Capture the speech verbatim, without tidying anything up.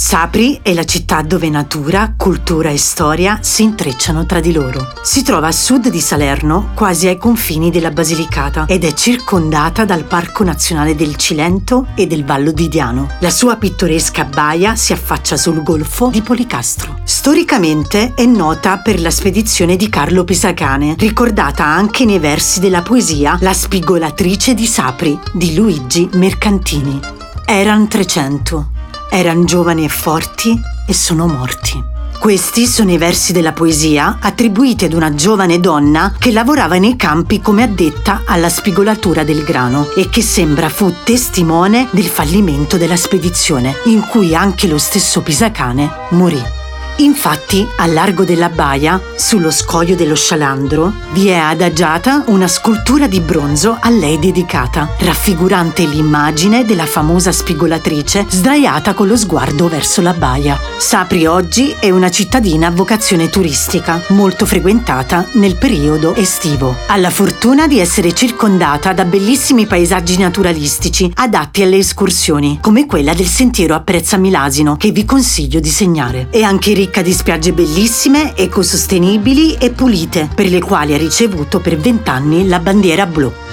Sapri è la città dove natura, cultura e storia si intrecciano tra di loro. Si trova a sud di Salerno, quasi ai confini della Basilicata, ed è circondata dal Parco Nazionale del Cilento e del Vallo di Diano. La sua pittoresca baia si affaccia sul golfo di Policastro. Storicamente è nota per la spedizione di Carlo Pisacane, ricordata anche nei versi della poesia La spigolatrice di Sapri di Luigi Mercantini. Eran trecento. Eran giovani e forti e sono morti. Questi sono i versi della poesia attribuiti ad una giovane donna che lavorava nei campi come addetta alla spigolatura del grano e che sembra fu testimone del fallimento della spedizione, in cui anche lo stesso Pisacane morì. Infatti, al largo della baia, sullo scoglio dello Scialandro, vi è adagiata una scultura di bronzo a lei dedicata, raffigurante l'immagine della famosa spigolatrice sdraiata con lo sguardo verso la baia. Sapri oggi è una cittadina a vocazione turistica, molto frequentata nel periodo estivo. Ha la fortuna di essere circondata da bellissimi paesaggi naturalistici adatti alle escursioni, come quella del sentiero a Prezzamilasino, che vi consiglio di segnare. È anche ricca di spiagge bellissime, ecosostenibili e pulite, per le quali ha ricevuto per vent'anni la bandiera blu.